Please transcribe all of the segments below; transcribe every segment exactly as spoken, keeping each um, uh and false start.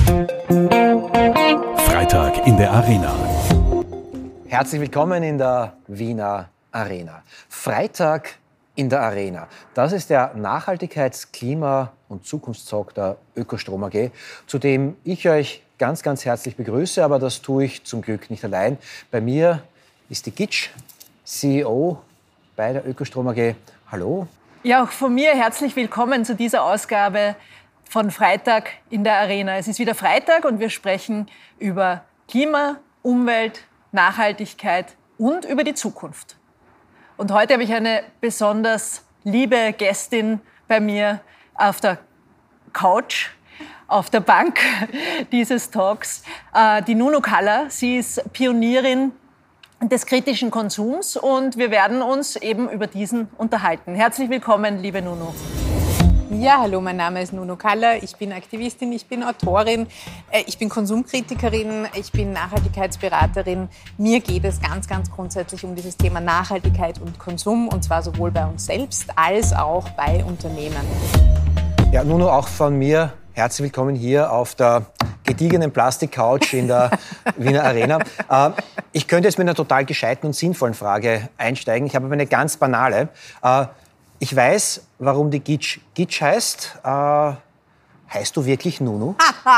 Freitag in der Arena. Herzlich willkommen in der Wiener Arena. Freitag in der Arena. Das ist der Nachhaltigkeits-, Klima- und Zukunftstalk der Ökostrom A G, zu dem ich euch ganz, ganz herzlich begrüße. Aber das tue ich zum Glück nicht allein. Bei mir ist die Gitsch, C E O bei der Ökostrom A G. Hallo. Ja, auch von mir herzlich willkommen zu dieser Ausgabe von Freitag in der Arena. Es ist wieder Freitag und wir sprechen über Klima, Umwelt, Nachhaltigkeit und über die Zukunft. Und heute habe ich eine besonders liebe Gästin bei mir auf der Couch, auf der Bank dieses Talks, die Nunu Kalla. Sie ist Pionierin des kritischen Konsums und wir werden uns eben über diesen unterhalten. Herzlich willkommen, liebe Nunu. Ja, hallo, mein Name ist Nunu Kalla, ich bin Aktivistin, ich bin Autorin, ich bin Konsumkritikerin, ich bin Nachhaltigkeitsberaterin. Mir geht es ganz, ganz grundsätzlich um dieses Thema Nachhaltigkeit und Konsum, und zwar sowohl bei uns selbst als auch bei Unternehmen. Ja, Nunu, auch von mir herzlich willkommen hier auf der gediegenen Plastikcouch in der Wiener Arena. Äh, ich könnte jetzt mit einer total gescheiten und sinnvollen Frage einsteigen. Ich habe aber eine ganz banale. Äh, Ich weiß, warum die Gitsch Gitsch heißt. Äh, heißt du wirklich Nunu?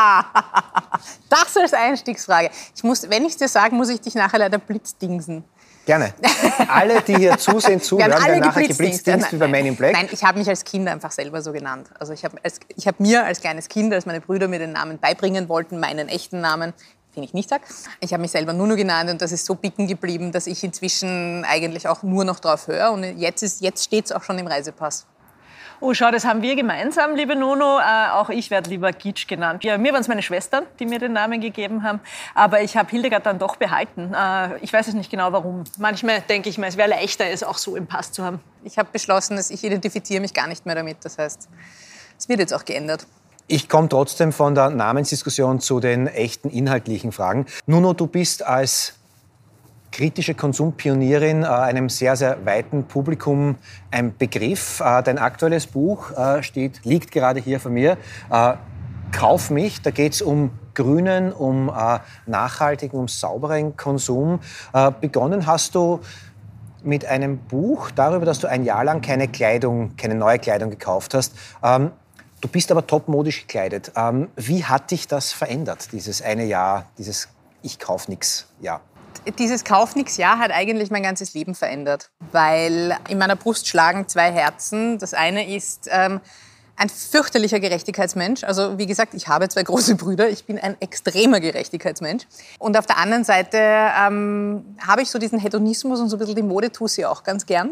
Das als Einstiegsfrage. Ich muss, wenn ich dir sage, muss ich dich nachher leider blitzdingsen. Gerne. Alle, die hier zusehen, zuhören, werden, werden nachher geblitzdingst wie bei Man in Black. Nein, ich habe mich als Kind einfach selber so genannt. Also ich habe ich hab mir als kleines Kind, als meine Brüder mir den Namen beibringen wollten, meinen echten Namen, den ich nicht sage. Ich habe mich selber Nunu genannt und das ist so bicken geblieben, dass ich inzwischen eigentlich auch nur noch drauf höre. Und jetzt, ist, jetzt steht es auch schon im Reisepass. Oh, schau, das haben wir gemeinsam, liebe Nunu. Äh, auch ich werde lieber Gitsch genannt. Ja, mir waren es meine Schwestern, die mir den Namen gegeben haben. Aber ich habe Hildegard dann doch behalten. Äh, ich weiß es nicht genau, warum. Manchmal denke ich mir, es wäre leichter, es auch so im Pass zu haben. Ich habe beschlossen, dass ich identifiziere mich gar nicht mehr damit. Das heißt, es wird jetzt auch geändert. Ich komme trotzdem von der Namensdiskussion zu den echten inhaltlichen Fragen. Nunu, du bist als kritische Konsumpionierin äh, einem sehr, sehr weiten Publikum ein Begriff. Äh, dein aktuelles Buch äh, steht, liegt gerade hier vor mir. Äh, Kauf mich, da geht es um grünen, um äh, nachhaltigen, um sauberen Konsum. Äh, begonnen hast du mit einem Buch darüber, dass du ein Jahr lang keine Kleidung, keine neue Kleidung gekauft hast. Ähm, Du bist aber topmodisch gekleidet. Ähm, wie hat dich das verändert, dieses eine Jahr, dieses Ich-Kauf-Nix-Jahr? Dieses Kauf-Nix-Jahr hat eigentlich mein ganzes Leben verändert. Weil in meiner Brust schlagen zwei Herzen. Das eine ist ähm, ein fürchterlicher Gerechtigkeitsmensch. Also wie gesagt, ich habe zwei große Brüder. Ich bin ein extremer Gerechtigkeitsmensch. Und auf der anderen Seite ähm, habe ich so diesen Hedonismus und so ein bisschen die Modetussi auch ganz gern.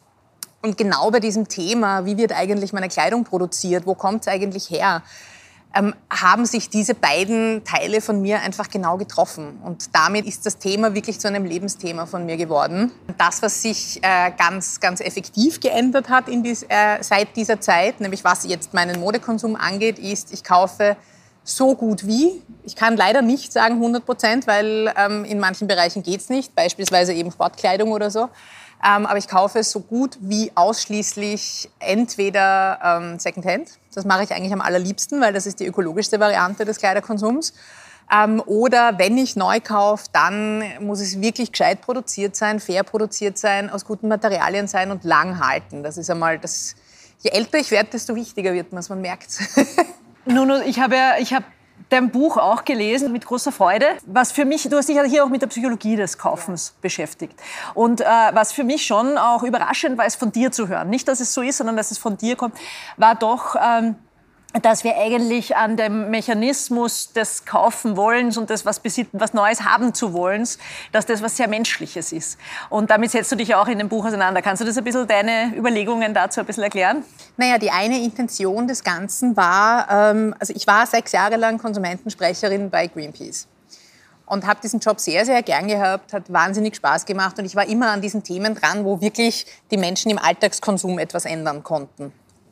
Und genau bei diesem Thema, wie wird eigentlich meine Kleidung produziert, wo kommt es eigentlich her, ähm, haben sich diese beiden Teile von mir einfach genau getroffen. Und damit ist das Thema wirklich zu einem Lebensthema von mir geworden. Das, was sich äh, ganz, ganz effektiv geändert hat in dies, äh, seit dieser Zeit, nämlich was jetzt meinen Modekonsum angeht, ist, ich kaufe so gut wie. Ich kann leider nicht sagen hundert Prozent, weil ähm, in manchen Bereichen geht es nicht, beispielsweise eben Sportkleidung oder so. Ähm, aber ich kaufe so gut wie ausschließlich entweder ähm, Secondhand, das mache ich eigentlich am allerliebsten, weil das ist die ökologischste Variante des Kleiderkonsums. Ähm, oder wenn ich neu kaufe, dann muss es wirklich gescheit produziert sein, fair produziert sein, aus guten Materialien sein und lang halten. Das ist einmal das. Je älter ich werde, desto wichtiger wird man es, man merkt es. Nunu, ich habe ja, ich habe dein Buch auch gelesen mit großer Freude. Was für mich, du hast dich ja hier auch mit der Psychologie des Kaufens ja. beschäftigt. Und äh, was für mich schon auch überraschend war, es von dir zu hören. Nicht, dass es so ist, sondern dass es von dir kommt, war doch, ähm, dass wir eigentlich an dem Mechanismus des Kaufen wollens und des was besitten, was Neues haben zu wollens, dass das was sehr Menschliches ist. Und damit setzt du dich ja auch in dem Buch auseinander. Kannst du das ein bisschen, deine Überlegungen dazu ein bisschen erklären? Naja, die eine Intention des Ganzen war, ähm, also ich war sechs Jahre lang Konsumentensprecherin bei Greenpeace. Und habe diesen Job sehr, sehr gern gehabt, hat wahnsinnig Spaß gemacht. Und ich war immer an diesen Themen dran, wo wirklich die Menschen im Alltagskonsum etwas ändern konnten.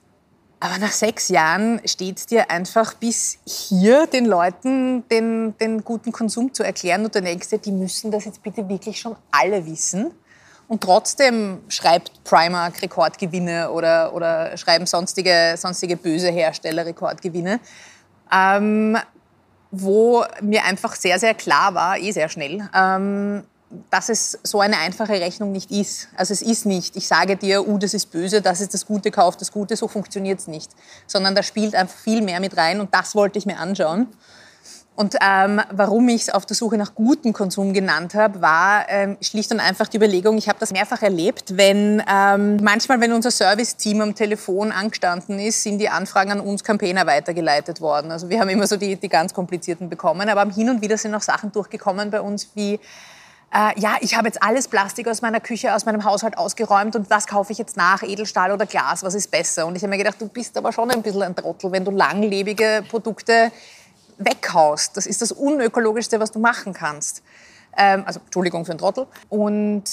Aber nach sechs Jahren steht es dir einfach bis hier, den Leuten den, den guten Konsum zu erklären. Und du denkst dir, die müssen das jetzt bitte wirklich schon alle wissen. Und trotzdem schreibt Primark Rekordgewinne oder, oder schreiben sonstige, sonstige böse Hersteller Rekordgewinne. Ähm, wo mir einfach sehr, sehr klar war, eh sehr schnell, ähm, dass es so eine einfache Rechnung nicht ist. Also es ist nicht, ich sage dir, uh, das ist böse, das ist das Gute, kauf das Gute, so funktioniert es nicht. Sondern da spielt einfach viel mehr mit rein und das wollte ich mir anschauen. Und ähm, warum ich es auf der Suche nach gutem Konsum genannt habe, war ähm, schlicht und einfach die Überlegung, ich habe das mehrfach erlebt, wenn ähm, manchmal, wenn unser Service-Team am Telefon angestanden ist, sind die Anfragen an uns Campaigner weitergeleitet worden. Also wir haben immer so die, die ganz komplizierten bekommen, aber hin und wieder sind auch Sachen durchgekommen bei uns wie, äh, ja, ich habe jetzt alles Plastik aus meiner Küche, aus meinem Haushalt ausgeräumt und was kaufe ich jetzt nach, Edelstahl oder Glas, was ist besser? Und ich habe mir gedacht, du bist aber schon ein bisschen ein Trottel, wenn du langlebige Produkte weghaust. Das ist das Unökologischste, was du machen kannst. Ähm, also, Entschuldigung für den Trottel. Und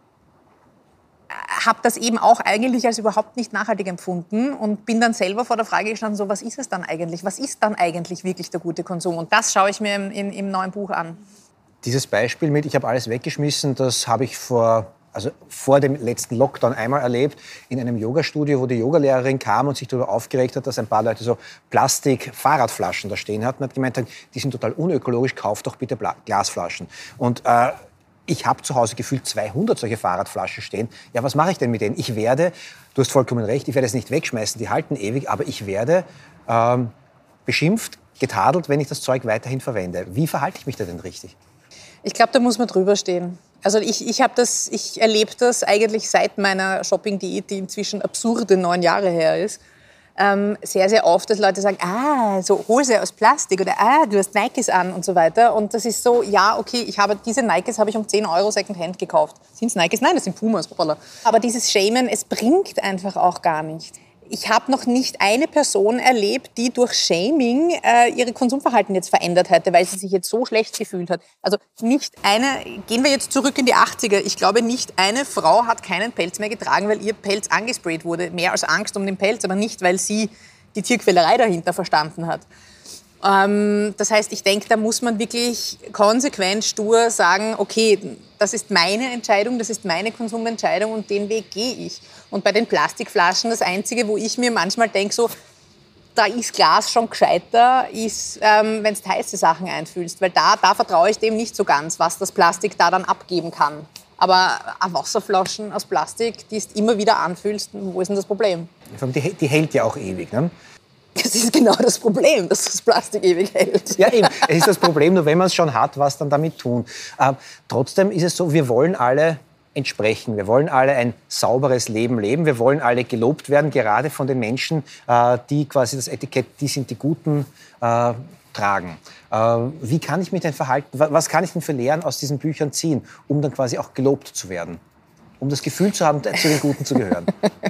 habe das eben auch eigentlich als überhaupt nicht nachhaltig empfunden und bin dann selber vor der Frage gestanden, so, was ist es dann eigentlich? Was ist dann eigentlich wirklich der gute Konsum? Und das schaue ich mir im, in, im neuen Buch an. Dieses Beispiel mit, ich habe alles weggeschmissen, das habe ich vor... Also vor dem letzten Lockdown einmal erlebt, in einem Yogastudio, wo die Yogalehrerin kam und sich darüber aufgeregt hat, dass ein paar Leute so Plastik-Fahrradflaschen da stehen hatten. Und hat gemeint, die sind total unökologisch, kauft doch bitte Bla- Glasflaschen. Und äh, ich habe zu Hause gefühlt zweihundert solche Fahrradflaschen stehen. Ja, was mache ich denn mit denen? Ich werde, du hast vollkommen recht, ich werde es nicht wegschmeißen, die halten ewig, aber ich werde ähm, beschimpft, getadelt, wenn ich das Zeug weiterhin verwende. Wie verhalte ich mich da denn richtig? Ich glaube, da muss man drüber stehen. Also ich, ich, hab das, ich erlebe das eigentlich seit meiner Shopping-Diät, die inzwischen absurde neun Jahre her ist, ähm, sehr, sehr oft, dass Leute sagen, ah, so Hose aus Plastik oder ah, du hast Nikes an und so weiter. Und das ist so, ja, okay, ich habe diese Nikes habe ich um zehn Euro Secondhand gekauft. Sind es Nikes? Nein, das sind Pumas. Aber dieses Shamen, es bringt einfach auch gar nicht. Ich habe noch nicht eine Person erlebt, die durch Shaming äh, ihre Konsumverhalten jetzt verändert hätte, weil sie sich jetzt so schlecht gefühlt hat. Also nicht eine, gehen wir jetzt zurück in die achtziger, ich glaube nicht eine Frau hat keinen Pelz mehr getragen, weil ihr Pelz angesprayt wurde. Mehr als Angst um den Pelz, aber nicht, weil sie die Tierquälerei dahinter verstanden hat. Ähm, das heißt, ich denke, da muss man wirklich konsequent, stur sagen, okay, das ist meine Entscheidung, das ist meine Konsumentscheidung und den Weg gehe ich. Und bei den Plastikflaschen, das Einzige, wo ich mir manchmal denke, so, da ist Glas schon gescheiter, ist, ähm, wenn du heiße Sachen einfüllst. Weil da, da vertraue ich dem nicht so ganz, was das Plastik da dann abgeben kann. Aber Wasserflaschen aus Plastik, die du immer wieder anfüllst, wo ist denn das Problem? Die, die hält ja auch ewig, ne? Das ist genau das Problem, dass das Plastik ewig hält. Ja, eben. Es ist das Problem, nur wenn man es schon hat, was dann damit tun. Äh, trotzdem ist es so, wir wollen alle entsprechen. Wir wollen alle ein sauberes Leben leben. Wir wollen alle gelobt werden, gerade von den Menschen, äh, die quasi das Etikett, die sind die Guten, äh, tragen. Äh, wie kann ich mich denn verhalten? Was kann ich denn für Lehren aus diesen Büchern ziehen, um dann quasi auch gelobt zu werden? Um das Gefühl zu haben, zu den Guten zu gehören?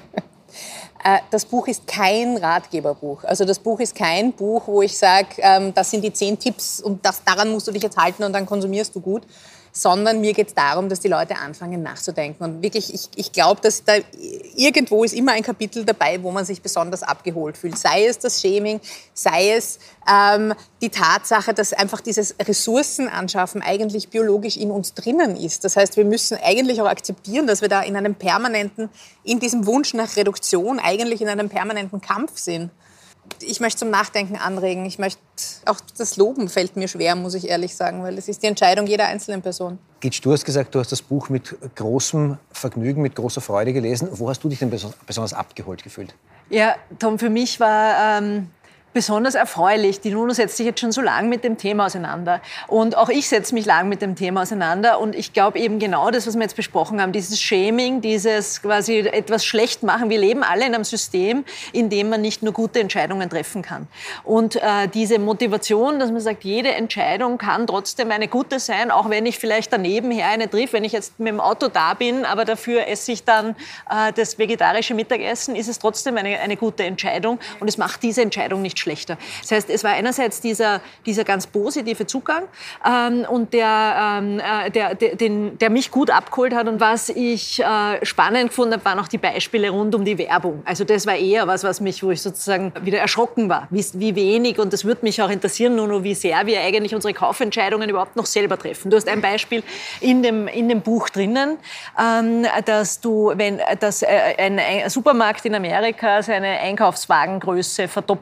Das Buch ist kein Ratgeberbuch. Also das Buch ist kein Buch, wo ich sage, ähm, das sind die zehn Tipps und das, daran musst du dich jetzt halten und dann konsumierst du gut. Sondern mir geht es darum, dass die Leute anfangen nachzudenken. Und wirklich, ich, ich glaube, dass da irgendwo ist immer ein Kapitel dabei, wo man sich besonders abgeholt fühlt. Sei es das Shaming, sei es ähm, die Tatsache, dass einfach dieses Ressourcenanschaffen eigentlich biologisch in uns drinnen ist. Das heißt, wir müssen eigentlich auch akzeptieren, dass wir da in einem permanenten, in diesem Wunsch nach Reduktion eigentlich in einem permanenten Kampf sind. Ich möchte zum Nachdenken anregen. Ich möchte auch das Loben fällt mir schwer, muss ich ehrlich sagen, weil es ist die Entscheidung jeder einzelnen Person. Gitsch, du hast gesagt, du hast das Buch mit großem Vergnügen, mit großer Freude gelesen. Wo hast du dich denn besonders abgeholt gefühlt? Ja, Tom, für mich war ähm, besonders erfreulich. Die Nuno setzt sich jetzt schon so lange mit dem Thema auseinander. Und auch ich setze mich lang mit dem Thema auseinander. Und ich glaube eben genau das, was wir jetzt besprochen haben, dieses Shaming, dieses quasi etwas schlecht machen. Wir leben alle in einem System, in dem man nicht nur gute Entscheidungen treffen kann. Und äh, diese Motivation, dass man sagt, jede Entscheidung kann trotzdem eine gute sein, auch wenn ich vielleicht daneben her eine triff. Wenn ich jetzt mit dem Auto da bin, aber dafür esse ich dann äh, das vegetarische Mittagessen, ist es trotzdem eine, eine gute Entscheidung. Und es macht diese Entscheidung nicht schlechter. Das heißt, es war einerseits dieser, dieser ganz positive Zugang ähm, und der, ähm, der, der, den, der mich gut abgeholt hat. Und was ich äh, spannend gefunden habe, waren auch die Beispiele rund um die Werbung. Also das war eher was, was mich, wo ich sozusagen wieder erschrocken war, wie, wie wenig, und das würde mich auch interessieren, nur noch, wie sehr wir eigentlich unsere Kaufentscheidungen überhaupt noch selber treffen. Du hast ein Beispiel in dem, in dem Buch drinnen, ähm, dass du, wenn dass, äh, ein, ein Supermarkt in Amerika seine Einkaufswagengröße verdoppelt hat,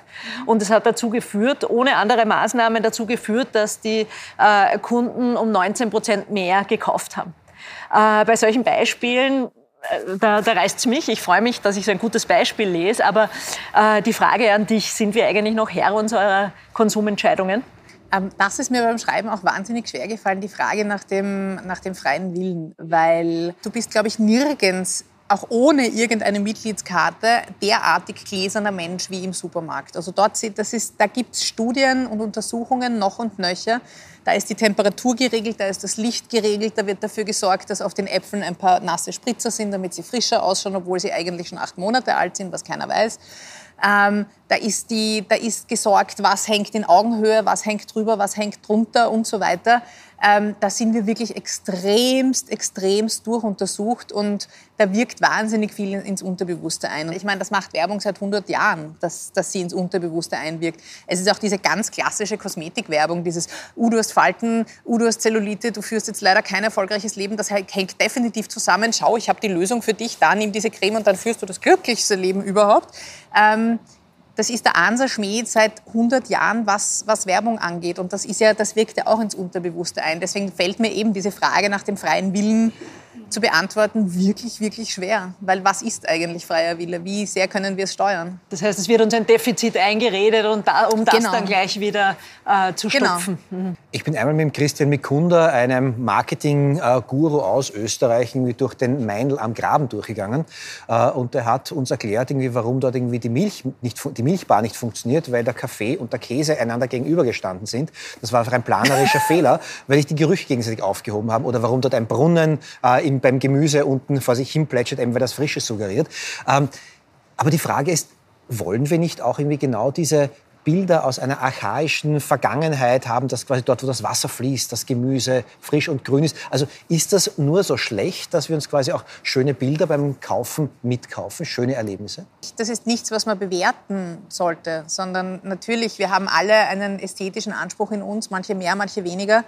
Und es hat dazu geführt, ohne andere Maßnahmen dazu geführt, dass die äh, Kunden um neunzehn Prozent mehr gekauft haben. Äh, bei solchen Beispielen, äh, da, da reißt es mich. Ich freue mich, dass ich so ein gutes Beispiel lese. Aber äh, die Frage an dich, sind wir eigentlich noch Herr unserer Konsumentscheidungen? Das ist mir beim Schreiben auch wahnsinnig schwer gefallen, die Frage nach dem, nach dem freien Willen. Weil du bist, glaube ich, nirgends, auch ohne irgendeine Mitgliedskarte, derartig gläserner Mensch wie im Supermarkt. Also dort das ist, da gibt es Studien und Untersuchungen noch und nöcher. Da ist die Temperatur geregelt, da ist das Licht geregelt, da wird dafür gesorgt, dass auf den Äpfeln ein paar nasse Spritzer sind, damit sie frischer ausschauen, obwohl sie eigentlich schon acht Monate alt sind, was keiner weiß. Ähm, da, ist die, da ist gesorgt, was hängt in Augenhöhe, was hängt drüber, was hängt drunter und so weiter. Ähm, da sind wir wirklich extremst, extremst durchuntersucht und da wirkt wahnsinnig viel ins Unterbewusste ein. Ich meine, das macht Werbung seit hundert Jahren, dass, dass sie ins Unterbewusste einwirkt. Es ist auch diese ganz klassische Kosmetikwerbung, dieses uh, du hast Falten, uh, du hast Zellulite, du führst jetzt leider kein erfolgreiches Leben, das hängt definitiv zusammen. Schau, ich habe die Lösung für dich, da nimm diese Creme und dann führst du das glücklichste Leben überhaupt. Ähm, Das ist der Ansa Schmied seit hundert Jahren, was, was Werbung angeht. Und das, ist ja, das wirkt ja auch ins Unterbewusste ein. Deswegen fällt mir eben diese Frage nach dem freien Willen zu beantworten wirklich, wirklich schwer. Weil was ist eigentlich freier Wille? Wie sehr können wir es steuern? Das heißt, es wird uns ein Defizit eingeredet, und da, um das genau. dann gleich wieder äh, zu stopfen. Genau. Mhm. Ich bin einmal mit dem Christian Mikunda, einem Marketing-Guru aus Österreich, irgendwie durch den Meinl am Graben durchgegangen. Äh, und der hat uns erklärt, irgendwie, warum dort irgendwie die, Milch nicht, die Milchbar nicht funktioniert, weil der Kaffee und der Käse einander gegenübergestanden sind. Das war einfach ein planerischer Fehler, weil sich die Gerüche gegenseitig aufgehoben haben. Oder warum dort ein Brunnen äh, im, beim Gemüse unten vor sich hin plätschert, eben weil das Frische suggeriert. Ähm, aber die Frage ist, wollen wir nicht auch irgendwie genau diese Bilder aus einer archaischen Vergangenheit haben, dass quasi dort, wo das Wasser fließt, das Gemüse frisch und grün ist. Also ist das nur so schlecht, dass wir uns quasi auch schöne Bilder beim Kaufen mitkaufen, schöne Erlebnisse? Das ist nichts, was man bewerten sollte, sondern natürlich, wir haben alle einen ästhetischen Anspruch in uns, manche mehr, manche weniger.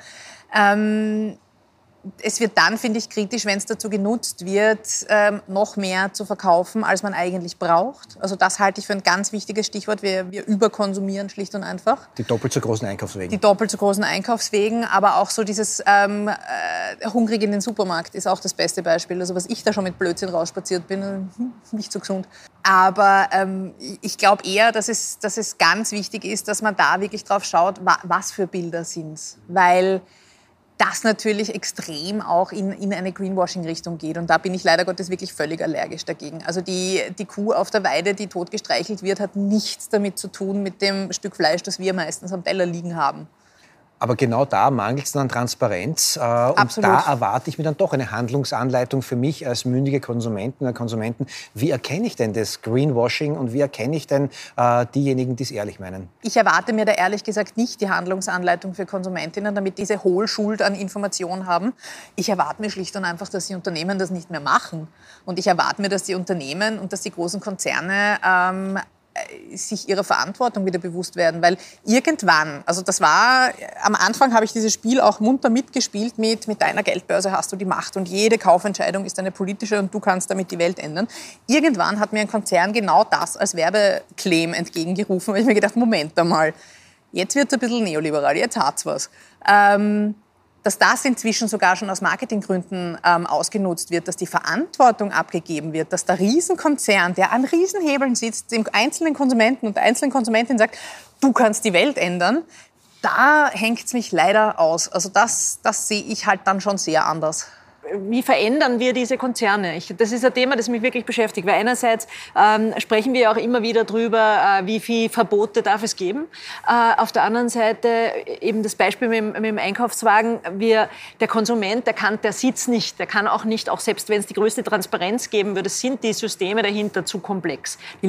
Ähm Es wird dann, finde ich, kritisch, wenn es dazu genutzt wird, ähm, noch mehr zu verkaufen, als man eigentlich braucht. Also das halte ich für ein ganz wichtiges Stichwort. Wir, wir überkonsumieren schlicht und einfach. Die doppelt so großen Einkaufswegen. Die doppelt so großen Einkaufswegen, aber auch so dieses ähm, äh, hungrig in den Supermarkt ist auch das beste Beispiel. Also was ich da schon mit Blödsinn rausspaziert bin, äh, nicht so gesund. Aber ähm, ich glaube eher, dass es, dass es ganz wichtig ist, dass man da wirklich drauf schaut, wa- was für Bilder sind's. Weil das natürlich extrem auch in, in eine Greenwashing-Richtung geht. Und da bin ich leider Gottes wirklich völlig allergisch dagegen. Also die, die Kuh auf der Weide, die tot gestreichelt wird, hat nichts damit zu tun mit dem Stück Fleisch, das wir meistens am Teller liegen haben. Aber genau da mangelt es dann an Transparenz. Äh, und Absolut. Da erwarte ich mir dann doch eine Handlungsanleitung für mich als mündige Konsumentin oder Konsumenten. Wie erkenne ich denn das Greenwashing und wie erkenne ich denn äh, diejenigen, die es ehrlich meinen? Ich erwarte mir da ehrlich gesagt nicht die Handlungsanleitung für Konsumentinnen, damit diese Hohlschuld an Information haben. Ich erwarte mir schlicht und einfach, dass die Unternehmen das nicht mehr machen. Und ich erwarte mir, dass die Unternehmen und dass die großen Konzerne ähm, sich ihrer Verantwortung wieder bewusst werden, weil irgendwann, also das war, am Anfang habe ich dieses Spiel auch munter mitgespielt mit, mit deiner Geldbörse hast du die Macht und jede Kaufentscheidung ist eine politische und du kannst damit die Welt ändern. Irgendwann hat mir ein Konzern genau das als Werbeclaim entgegengerufen, weil ich mir gedacht, Moment einmal, jetzt wird es ein bisschen neoliberal, jetzt hat's was. Ähm, dass das inzwischen sogar schon aus Marketinggründen ähm, ausgenutzt wird, dass die Verantwortung abgegeben wird, dass der Riesenkonzern, der an Riesenhebeln sitzt, dem einzelnen Konsumenten und der einzelnen Konsumentin sagt, du kannst die Welt ändern, da hängt es mich leider aus. Also das, das sehe ich halt dann schon sehr anders. Wie verändern wir diese Konzerne? Ich, das ist ein Thema, das mich wirklich beschäftigt. Weil einerseits ähm, sprechen wir auch immer wieder darüber, äh, wie viele Verbote darf es geben. Äh, auf der anderen Seite eben das Beispiel mit dem, mit dem Einkaufswagen. Wir, der Konsument, der kann, der sieht es nicht. Der kann auch nicht, auch selbst wenn es die größte Transparenz geben würde, sind die Systeme dahinter zu komplex. Die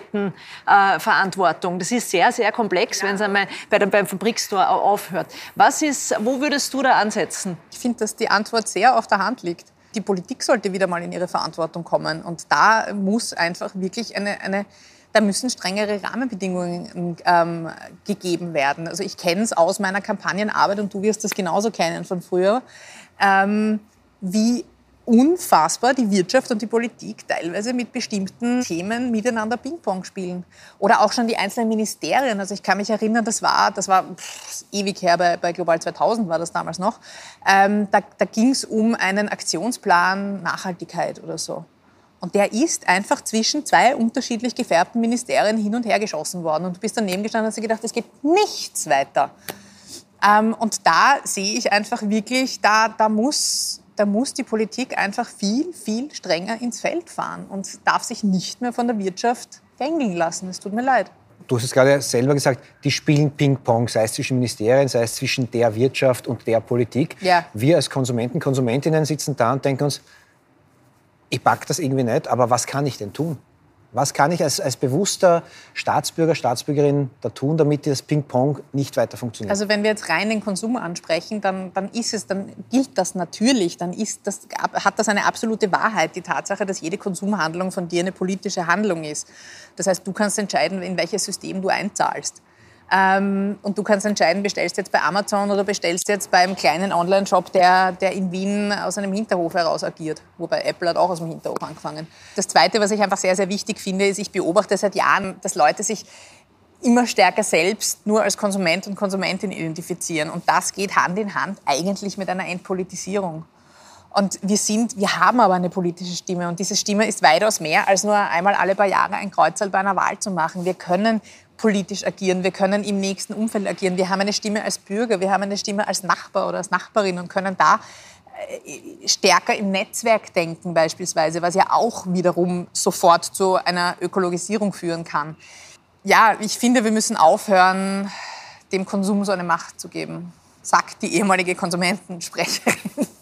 Lieferkettenverantwortung, äh, das ist sehr, sehr komplex, ja. Wenn es einmal bei dem, beim Fabrikstore aufhört. Was ist, wo würdest du da ansetzen? Ich finde, dass die Antwort sehr auf der Hand liegt. Die Politik sollte wieder mal in ihre Verantwortung kommen. Und da muss einfach wirklich eine, eine da müssen strengere Rahmenbedingungen ähm, gegeben werden. Also ich kenne es aus meiner Kampagnenarbeit und du wirst das genauso kennen von früher, ähm, wie unfassbar die Wirtschaft und die Politik teilweise mit bestimmten Themen miteinander Ping-Pong spielen. Oder auch schon die einzelnen Ministerien. Also ich kann mich erinnern, das war, das war pff, ewig her, bei, bei Global zweitausend war das damals noch. Ähm, da da ging es um einen Aktionsplan Nachhaltigkeit oder so. Und der ist einfach zwischen zwei unterschiedlich gefärbten Ministerien hin und her geschossen worden. Und du bist daneben gestanden und hast dir gedacht, es geht nichts weiter. Ähm, und da sehe ich einfach wirklich, da, da muss... Da muss die Politik einfach viel, viel strenger ins Feld fahren und darf sich nicht mehr von der Wirtschaft gängeln lassen. Es tut mir leid. Du hast es gerade selber gesagt, die spielen Ping-Pong, sei es zwischen Ministerien, sei es zwischen der Wirtschaft und der Politik. Ja. Wir als Konsumenten, Konsumentinnen sitzen da und denken uns, ich pack das irgendwie nicht, aber was kann ich denn tun? Was kann ich als, als bewusster Staatsbürger, Staatsbürgerin da tun, damit das Ping-Pong nicht weiter funktioniert? Also wenn wir jetzt rein den Konsum ansprechen, dann, dann ist es, dann gilt das natürlich, dann ist das, hat das eine absolute Wahrheit, die Tatsache, dass jede Konsumhandlung von dir eine politische Handlung ist. Das heißt, du kannst entscheiden, in welches System du einzahlst. Ähm, und du kannst entscheiden, bestellst du jetzt bei Amazon oder bestellst du jetzt beim kleinen Online-Shop, der, der in Wien aus einem Hinterhof heraus agiert. Wobei Apple hat auch aus dem Hinterhof angefangen. Das Zweite, was ich einfach sehr, sehr wichtig finde, ist, ich beobachte seit Jahren, dass Leute sich immer stärker selbst nur als Konsument und Konsumentin identifizieren. Und das geht Hand in Hand eigentlich mit einer Entpolitisierung. Und wir sind, wir haben aber eine politische Stimme. Und diese Stimme ist weitaus mehr, als nur einmal alle paar Jahre ein Kreuzerl bei einer Wahl zu machen. Wir können politisch agieren, wir können im nächsten Umfeld agieren. Wir haben eine Stimme als Bürger, wir haben eine Stimme als Nachbar oder als Nachbarin und können da stärker im Netzwerk denken beispielsweise, was ja auch wiederum sofort zu einer Ökologisierung führen kann. Ja, ich finde, wir müssen aufhören, dem Konsum so eine Macht zu geben, sagt die ehemalige Konsumentensprecherin.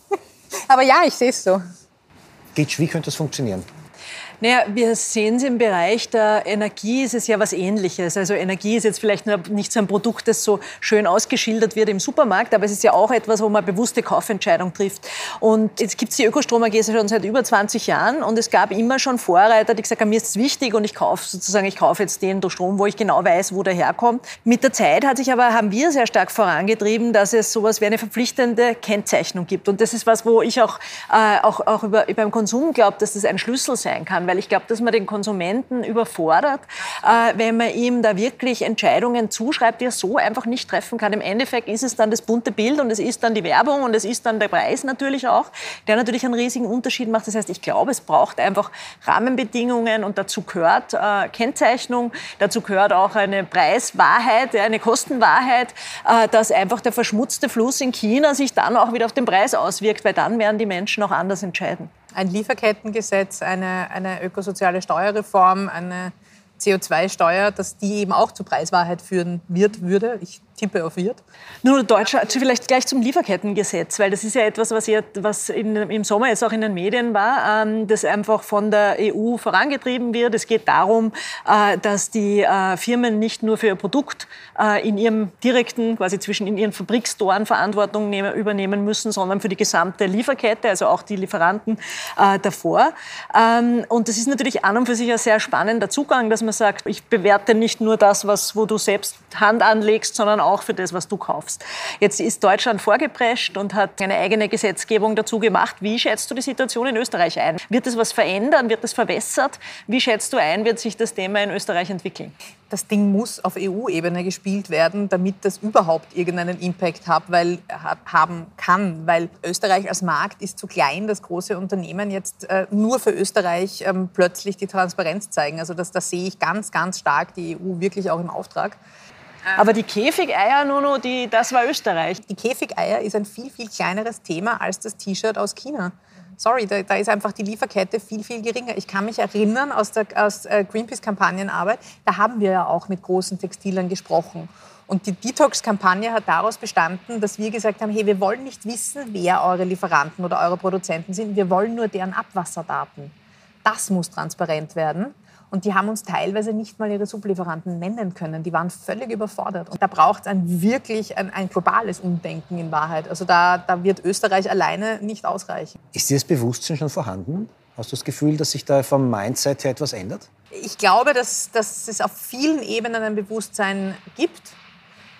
Aber ja, ich sehe es so. Gitsch, wie könnte das funktionieren? Naja, wir sehen es im Bereich der Energie, ist es ja was Ähnliches. Also Energie ist jetzt vielleicht nicht so ein Produkt, das so schön ausgeschildert wird im Supermarkt, aber es ist ja auch etwas, wo man bewusste Kaufentscheidung trifft. Und jetzt gibt es die Ökostrom A G schon seit über zwanzig Jahren und es gab immer schon Vorreiter, die gesagt haben, mir ist es wichtig und ich kaufe sozusagen, ich kaufe jetzt den Strom, wo ich genau weiß, wo der herkommt. Mit der Zeit hat sich aber, haben wir sehr stark vorangetrieben, dass es sowas wie eine verpflichtende Kennzeichnung gibt. Und das ist was, wo ich auch, äh, auch, auch über, beim Konsum glaube, dass das ein Schlüssel sein kann. Weil ich glaube, dass man den Konsumenten überfordert, äh, wenn man ihm da wirklich Entscheidungen zuschreibt, die er so einfach nicht treffen kann. Im Endeffekt ist es dann das bunte Bild und es ist dann die Werbung und es ist dann der Preis natürlich auch, der natürlich einen riesigen Unterschied macht. Das heißt, ich glaube, es braucht einfach Rahmenbedingungen und dazu gehört äh, Kennzeichnung, dazu gehört auch eine Preiswahrheit, eine Kostenwahrheit, äh, dass einfach der verschmutzte Fluss in China sich dann auch wieder auf den Preis auswirkt, weil dann werden die Menschen auch anders entscheiden. Ein Lieferkettengesetz, eine, eine ökosoziale Steuerreform, eine C O zwei Steuer, dass die eben auch zur Preiswahrheit führen wird, würde. Ich tippe auf wird. Nur Deutschland, vielleicht gleich zum Lieferkettengesetz, weil das ist ja etwas, was, jetzt, was in, im Sommer jetzt auch in den Medien war, ähm, das einfach von der E U vorangetrieben wird. Es geht darum, äh, dass die äh, Firmen nicht nur für ihr Produkt äh, in ihrem direkten, quasi zwischen in ihren Fabrikstoren Verantwortung nehmen, übernehmen müssen, sondern für die gesamte Lieferkette, also auch die Lieferanten äh, davor. Ähm, und das ist natürlich an und für sich ein sehr spannender Zugang, dass man sagt, ich bewerte nicht nur das, was, wo du selbst Hand anlegst, sondern auch für das, was du kaufst. Jetzt ist Deutschland vorgeprescht und hat eine eigene Gesetzgebung dazu gemacht. Wie schätzt du die Situation in Österreich ein? Wird das was verändern? Wird das verwässert? Wie schätzt du ein, wird sich das Thema in Österreich entwickeln? Das Ding muss auf E U-Ebene gespielt werden, damit das überhaupt irgendeinen Impact hat, weil, haben kann. Weil Österreich als Markt ist zu klein, dass große Unternehmen jetzt äh, nur für Österreich ähm, plötzlich die Transparenz zeigen. Also das, das sehe ich ganz, ganz stark, die E U wirklich auch im Auftrag. Aber die Käfigeier, Nuno, die, das war Österreich. Die Käfigeier ist ein viel, viel kleineres Thema als das T-Shirt aus China. Sorry, da, da ist einfach die Lieferkette viel, viel geringer. Ich kann mich erinnern aus der aus Greenpeace-Kampagnenarbeit, da haben wir ja auch mit großen Textilern gesprochen. Und die Detox-Kampagne hat daraus bestanden, dass wir gesagt haben, hey, wir wollen nicht wissen, wer eure Lieferanten oder eure Produzenten sind, wir wollen nur deren Abwasserdaten. Das muss transparent werden. Und die haben uns teilweise nicht mal ihre Sublieferanten nennen können. Die waren völlig überfordert. Und da braucht es ein wirklich ein, ein globales Umdenken in Wahrheit. Also da, da wird Österreich alleine nicht ausreichen. Ist dieses Bewusstsein schon vorhanden? Hast du das Gefühl, dass sich da vom Mindset her etwas ändert? Ich glaube, dass, dass es auf vielen Ebenen ein Bewusstsein gibt.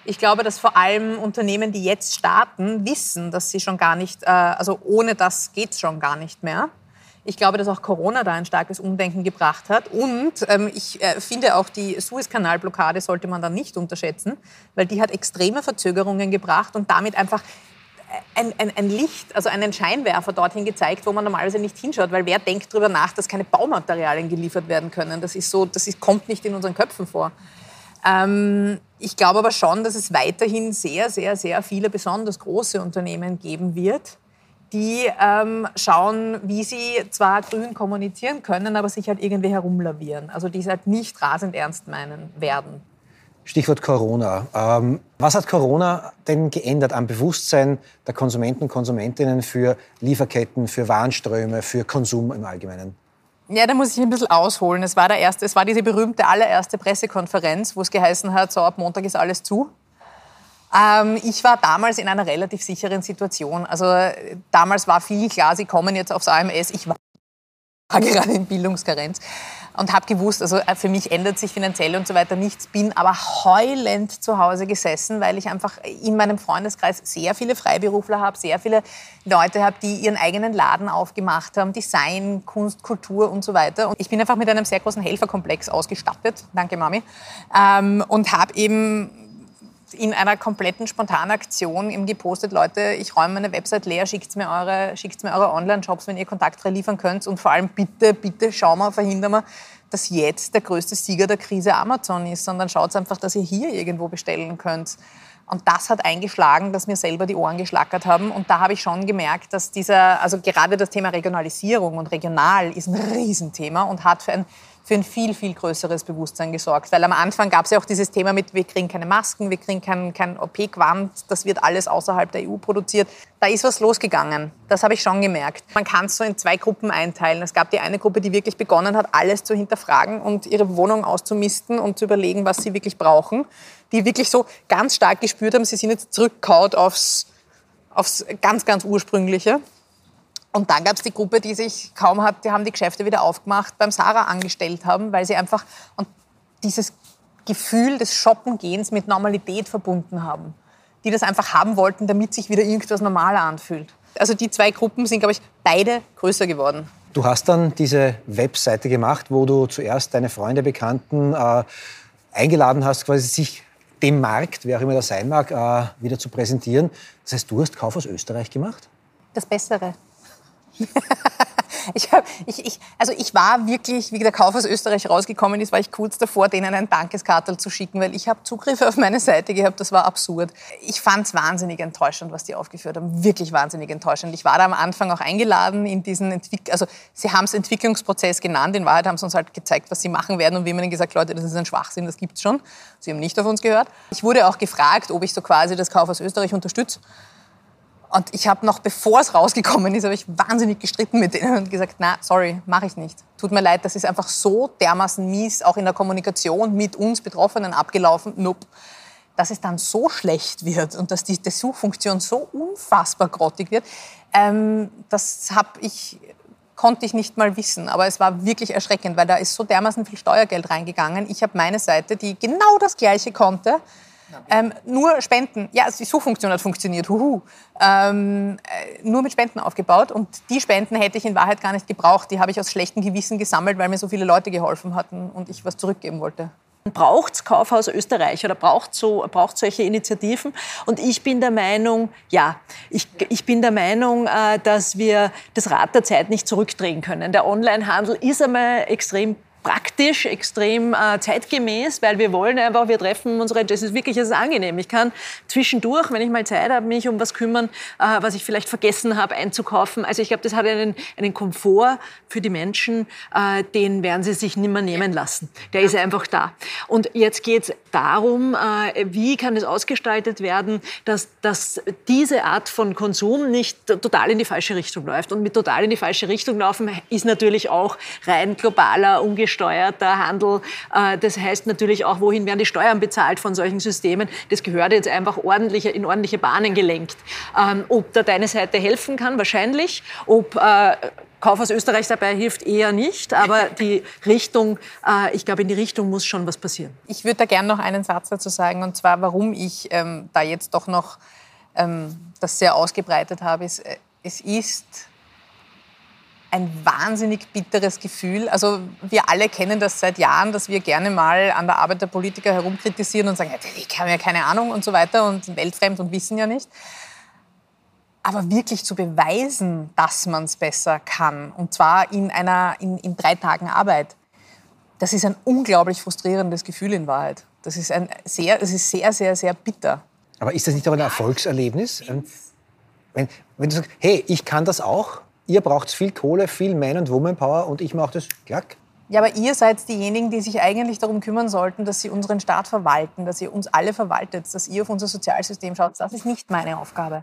Ich glaube, dass vor allem Unternehmen, die jetzt starten, wissen, dass sie schon gar nicht, äh, also ohne das geht es schon gar nicht mehr. Ich glaube, dass auch Corona da ein starkes Umdenken gebracht hat. Und ähm, ich äh, finde auch die Suezkanalblockade sollte man dann nicht unterschätzen, weil die hat extreme Verzögerungen gebracht und damit einfach ein, ein, ein Licht, also einen Scheinwerfer dorthin gezeigt, wo man normalerweise nicht hinschaut. Weil wer denkt darüber nach, dass keine Baumaterialien geliefert werden können? Das ist so, das ist, kommt nicht in unseren Köpfen vor. Ähm, ich glaube aber schon, dass es weiterhin sehr, sehr, sehr viele besonders große Unternehmen geben wird, die ähm, schauen, wie sie zwar grün kommunizieren können, aber sich halt irgendwie herumlavieren. Also die es halt nicht rasend ernst meinen werden. Stichwort Corona. Ähm, was hat Corona denn geändert am Bewusstsein der Konsumenten und Konsumentinnen für Lieferketten, für Warenströme, für Konsum im Allgemeinen? Ja, da muss ich ein bisschen ausholen. Es war, der erste, es war diese berühmte allererste Pressekonferenz, wo es geheißen hat, so ab Montag ist alles zu. Ähm, ich war damals in einer relativ sicheren Situation. Also damals war viel klar, Sie kommen jetzt aufs A M S. Ich war gerade in Bildungskarenz und habe gewusst, also für mich ändert sich finanziell und so weiter nichts. Bin aber heulend zu Hause gesessen, weil ich einfach in meinem Freundeskreis sehr viele Freiberufler habe, sehr viele Leute habe, die ihren eigenen Laden aufgemacht haben, Design, Kunst, Kultur und so weiter. Und ich bin einfach mit einem sehr großen Helferkomplex ausgestattet, danke Mami, ähm, und habe eben in einer kompletten spontanen Aktion eben gepostet, Leute, ich räume meine Website leer, schickt mir eure, schickt mir eure Online-Shops, wenn ihr kontaktfrei liefern könnt. Und vor allem bitte, bitte schauen wir, verhindern wir, dass jetzt der größte Sieger der Krise Amazon ist, sondern schaut einfach, dass ihr hier irgendwo bestellen könnt. Und das hat eingeschlagen, dass mir selber die Ohren geschlackert haben. Und da habe ich schon gemerkt, dass dieser, also gerade das Thema Regionalisierung und regional ist ein Riesenthema und hat für ein für ein viel, viel größeres Bewusstsein gesorgt. Weil am Anfang gab es ja auch dieses Thema mit, wir kriegen keine Masken, wir kriegen kein, kein O P-Gewand, das wird alles außerhalb der E U produziert. Da ist was losgegangen. Das habe ich schon gemerkt. Man kann es so in zwei Gruppen einteilen. Es gab die eine Gruppe, die wirklich begonnen hat, alles zu hinterfragen und ihre Wohnung auszumisten und zu überlegen, was sie wirklich brauchen. Die wirklich so ganz stark gespürt haben, sie sind jetzt zurückgehauen aufs, aufs ganz, ganz Ursprüngliche. Und dann gab es die Gruppe, die sich kaum hat, die haben die Geschäfte wieder aufgemacht, beim Sarah angestellt haben, weil sie einfach und dieses Gefühl des Shoppengehens mit Normalität verbunden haben. Die das einfach haben wollten, damit sich wieder irgendwas normaler anfühlt. Also die zwei Gruppen sind, glaube ich, beide größer geworden. Du hast dann diese Webseite gemacht, wo du zuerst deine Freunde, Bekannten äh, eingeladen hast, quasi sich dem Markt, wer auch immer das sein mag, äh, wieder zu präsentieren. Das heißt, du hast Kauf aus Österreich gemacht? Das Bessere. ich, hab, ich, ich, also ich war wirklich, wie der Kauf aus Österreich rausgekommen ist, war ich kurz davor, denen ein Dankeskartel zu schicken, weil ich habe Zugriff auf meine Seite gehabt, das war absurd. Ich fand es wahnsinnig enttäuschend, was die aufgeführt haben, wirklich wahnsinnig enttäuschend. Ich war da am Anfang auch eingeladen in diesen Entwicklung, also sie haben es Entwicklungsprozess genannt, in Wahrheit haben sie uns halt gezeigt, was sie machen werden und wir haben ihnen gesagt, Leute, das ist ein Schwachsinn, das gibt's schon. Sie haben nicht auf uns gehört. Ich wurde auch gefragt, ob ich so quasi das Kauf aus Österreich unterstütze. Und ich habe noch, bevor es rausgekommen ist, habe ich wahnsinnig gestritten mit denen und gesagt, na, sorry, mache ich nicht. Tut mir leid, das ist einfach so dermaßen mies, auch in der Kommunikation mit uns Betroffenen abgelaufen. Nope. Dass es dann so schlecht wird und dass die, die Suchfunktion so unfassbar grottig wird, ähm, das hab ich, konnte ich nicht mal wissen. Aber es war wirklich erschreckend, weil da ist so dermaßen viel Steuergeld reingegangen. Ich habe meine Seite, die genau das Gleiche konnte, Ähm, nur Spenden, ja, die Suchfunktion hat funktioniert, huhu. Ähm, äh, nur mit Spenden aufgebaut und die Spenden hätte ich in Wahrheit gar nicht gebraucht. Die habe ich aus schlechtem Gewissen gesammelt, weil mir so viele Leute geholfen hatten und ich was zurückgeben wollte. Braucht es Kaufhaus Österreich oder braucht so, braucht solche Initiativen? Und ich bin der Meinung, ja, ich, ich bin der Meinung, äh, dass wir das Rad der Zeit nicht zurückdrehen können. Der Onlinehandel ist einmal extrem praktisch, extrem äh, zeitgemäß, weil wir wollen einfach, wir treffen unsere, das ist wirklich, es ist angenehm. Ich kann zwischendurch, wenn ich mal Zeit habe, mich um was kümmern, äh, was ich vielleicht vergessen habe einzukaufen. Also ich glaube, das hat einen, einen Komfort für die Menschen, äh, den werden sie sich nicht mehr nehmen lassen. Der ist einfach da. Und jetzt geht es darum, äh, wie kann es ausgestaltet werden, dass, dass diese Art von Konsum nicht total in die falsche Richtung läuft. Und mit total in die falsche Richtung laufen ist natürlich auch rein globaler, ungesteuerter steuert, der Handel. Äh, das heißt natürlich auch, wohin werden die Steuern bezahlt von solchen Systemen. Das gehört jetzt einfach ordentlich, in ordentliche Bahnen gelenkt. Ähm, ob da deine Seite helfen kann, wahrscheinlich. Ob äh, Kauf aus Österreich dabei hilft, eher nicht. Aber die Richtung, äh, ich glaube, in die Richtung muss schon was passieren. Ich würde da gerne noch einen Satz dazu sagen, und zwar, warum ich ähm, da jetzt doch noch ähm, das sehr ausgebreitet habe, ist, äh, es ist ein wahnsinnig bitteres Gefühl. Also wir alle kennen das seit Jahren, dass wir gerne mal an der Arbeit der Politiker herumkritisieren und sagen, ja, die haben ja keine Ahnung und so weiter und sind weltfremd und wissen ja nicht. Aber wirklich zu beweisen, dass man es besser kann, und zwar in, einer, in, in drei Tagen Arbeit, das ist ein unglaublich frustrierendes Gefühl in Wahrheit. Das ist, ein sehr, das ist sehr, sehr, sehr bitter. Aber ist das nicht auch ein Erfolgserlebnis? Wenn, wenn du sagst, hey, ich kann das auch, ihr braucht viel Kohle, viel Man- und Womanpower und ich mache das, klack. Ja, aber ihr seid diejenigen, die sich eigentlich darum kümmern sollten, dass sie unseren Staat verwalten, dass ihr uns alle verwaltet, dass ihr auf unser Sozialsystem schaut. Das ist nicht meine Aufgabe.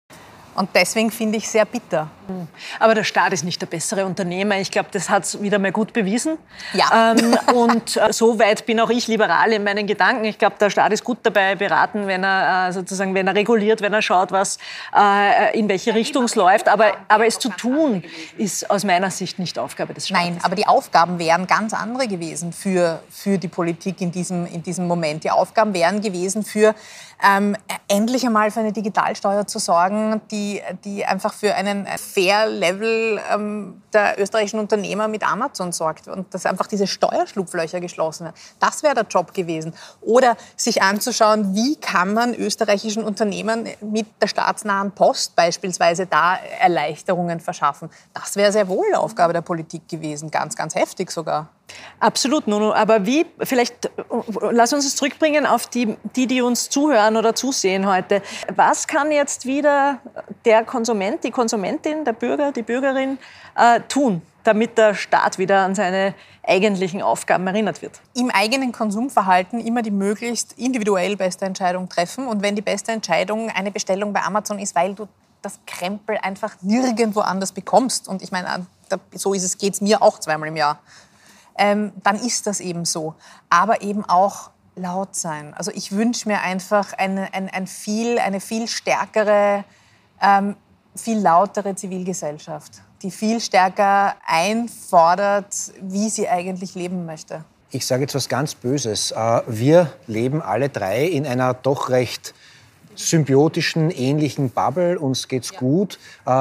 Und deswegen finde ich sehr bitter. Aber der Staat ist nicht der bessere Unternehmer. Ich glaube, das hat es wieder mal gut bewiesen. Ja. Ähm, und äh, so weit bin auch ich liberal in meinen Gedanken. Ich glaube, der Staat ist gut dabei beraten, wenn er äh, sozusagen, wenn er reguliert, wenn er schaut, was äh, in welche Richtung es läuft. Aber, aber es zu tun, ist aus meiner Sicht nicht Aufgabe des Staates. Nein, aber die Aufgaben wären ganz andere gewesen für, für die Politik in diesem, in diesem Moment. Die Aufgaben wären gewesen für ähm, endlich einmal für eine Digitalsteuer zu sorgen, die, die einfach für einen Fair Level ähm, der österreichischen Unternehmer mit Amazon sorgt und dass einfach diese Steuerschlupflöcher geschlossen werden. Das wäre der Job gewesen. Oder sich anzuschauen, wie kann man österreichischen Unternehmern mit der staatsnahen Post beispielsweise da Erleichterungen verschaffen. Das wäre sehr wohl die Aufgabe der Politik gewesen, ganz, ganz heftig sogar. Absolut, Nuno. Aber wie, vielleicht lass uns es zurückbringen auf die, die, die uns zuhören oder zusehen heute. Was kann jetzt wieder der Konsument, die Konsumentin, der Bürger, die Bürgerin äh, tun, damit der Staat wieder an seine eigentlichen Aufgaben erinnert wird? Im eigenen Konsumverhalten immer die möglichst individuell beste Entscheidung treffen. Und wenn die beste Entscheidung eine Bestellung bei Amazon ist, weil du das Krempel einfach nirgendwo anders bekommst, und ich meine, so ist es, geht es mir auch zweimal im Jahr, Ähm, dann ist das eben so. Aber eben auch laut sein. Also ich wünsche mir einfach eine, ein, ein viel, eine viel stärkere, ähm, viel lautere Zivilgesellschaft, die viel stärker einfordert, wie sie eigentlich leben möchte. Ich sage jetzt was ganz Böses. Wir leben alle drei in einer doch recht symbiotischen, ähnlichen Bubble. Uns geht's ja. gut.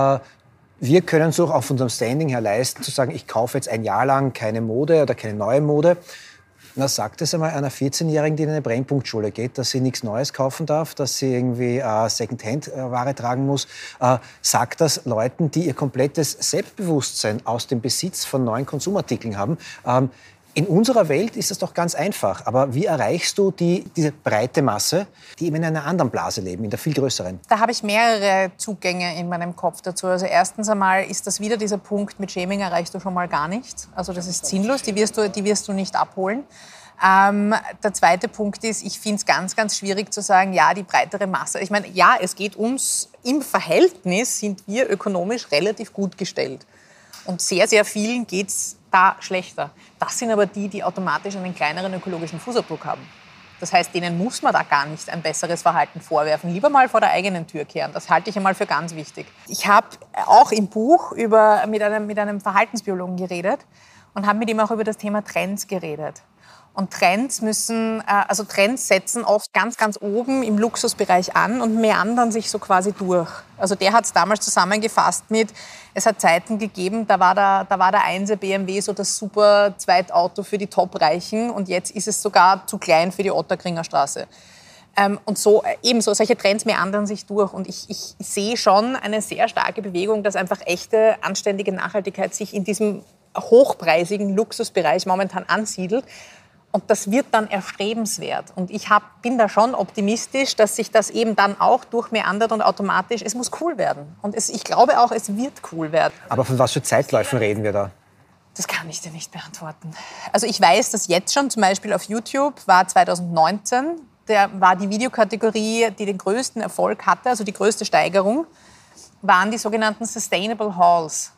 Wir können es auch auf unserem Standing her leisten, zu sagen, ich kaufe jetzt ein Jahr lang keine Mode oder keine neue Mode. Na, sagt es einmal einer vierzehnjährigen, die in eine Brennpunktschule geht, dass sie nichts Neues kaufen darf, dass sie irgendwie äh, Secondhand-Ware tragen muss. Äh, sagt das Leuten, die ihr komplettes Selbstbewusstsein aus dem Besitz von neuen Konsumartikeln haben. Ähm, In unserer Welt ist das doch ganz einfach. Aber wie erreichst du die, diese breite Masse, die eben in einer anderen Blase leben, in der viel größeren? Da habe ich mehrere Zugänge in meinem Kopf dazu. Also erstens einmal ist das wieder dieser Punkt, mit Shaming erreichst du schon mal gar nichts. Also das ist sinnlos, die wirst du, die wirst du nicht abholen. Ähm, der zweite Punkt ist, ich finde es ganz, ganz schwierig zu sagen, ja, die breitere Masse. Ich meine, ja, es geht uns, im Verhältnis sind wir ökonomisch relativ gut gestellt. Und sehr, sehr vielen geht es da schlechter. Das sind aber die, die automatisch einen kleineren ökologischen Fußabdruck haben. Das heißt, denen muss man da gar nicht ein besseres Verhalten vorwerfen. Lieber mal vor der eigenen Tür kehren. Das halte ich einmal für ganz wichtig. Ich habe auch im Buch über, mit, einem, mit einem Verhaltensbiologen geredet und habe mit ihm auch über das Thema Trends geredet. Und Trends müssen, also Trends setzen oft ganz, ganz oben im Luxusbereich an und meandern sich so quasi durch. Also der hat es damals zusammengefasst mit, es hat Zeiten gegeben, da war der, da war der Einser B M W so das super Zweitauto für die Top-Reichen und jetzt ist es sogar zu klein für die Otterkringer Straße. Ähm, und so ebenso, solche Trends meandern sich durch. Und ich, ich sehe schon eine sehr starke Bewegung, dass einfach echte, anständige Nachhaltigkeit sich in diesem hochpreisigen Luxusbereich momentan ansiedelt. Und das wird dann erstrebenswert. Und ich hab, bin da schon optimistisch, dass sich das eben dann auch durchmeandert und automatisch, es muss cool werden. Und es, ich glaube auch, es wird cool werden. Aber von was für Zeitläufen reden wir da? Das kann ich dir nicht beantworten. Also ich weiß, dass jetzt schon zum Beispiel auf YouTube war zwanzig neunzehn, der war die Videokategorie, die den größten Erfolg hatte, also die größte Steigerung, waren die sogenannten Sustainable Hauls.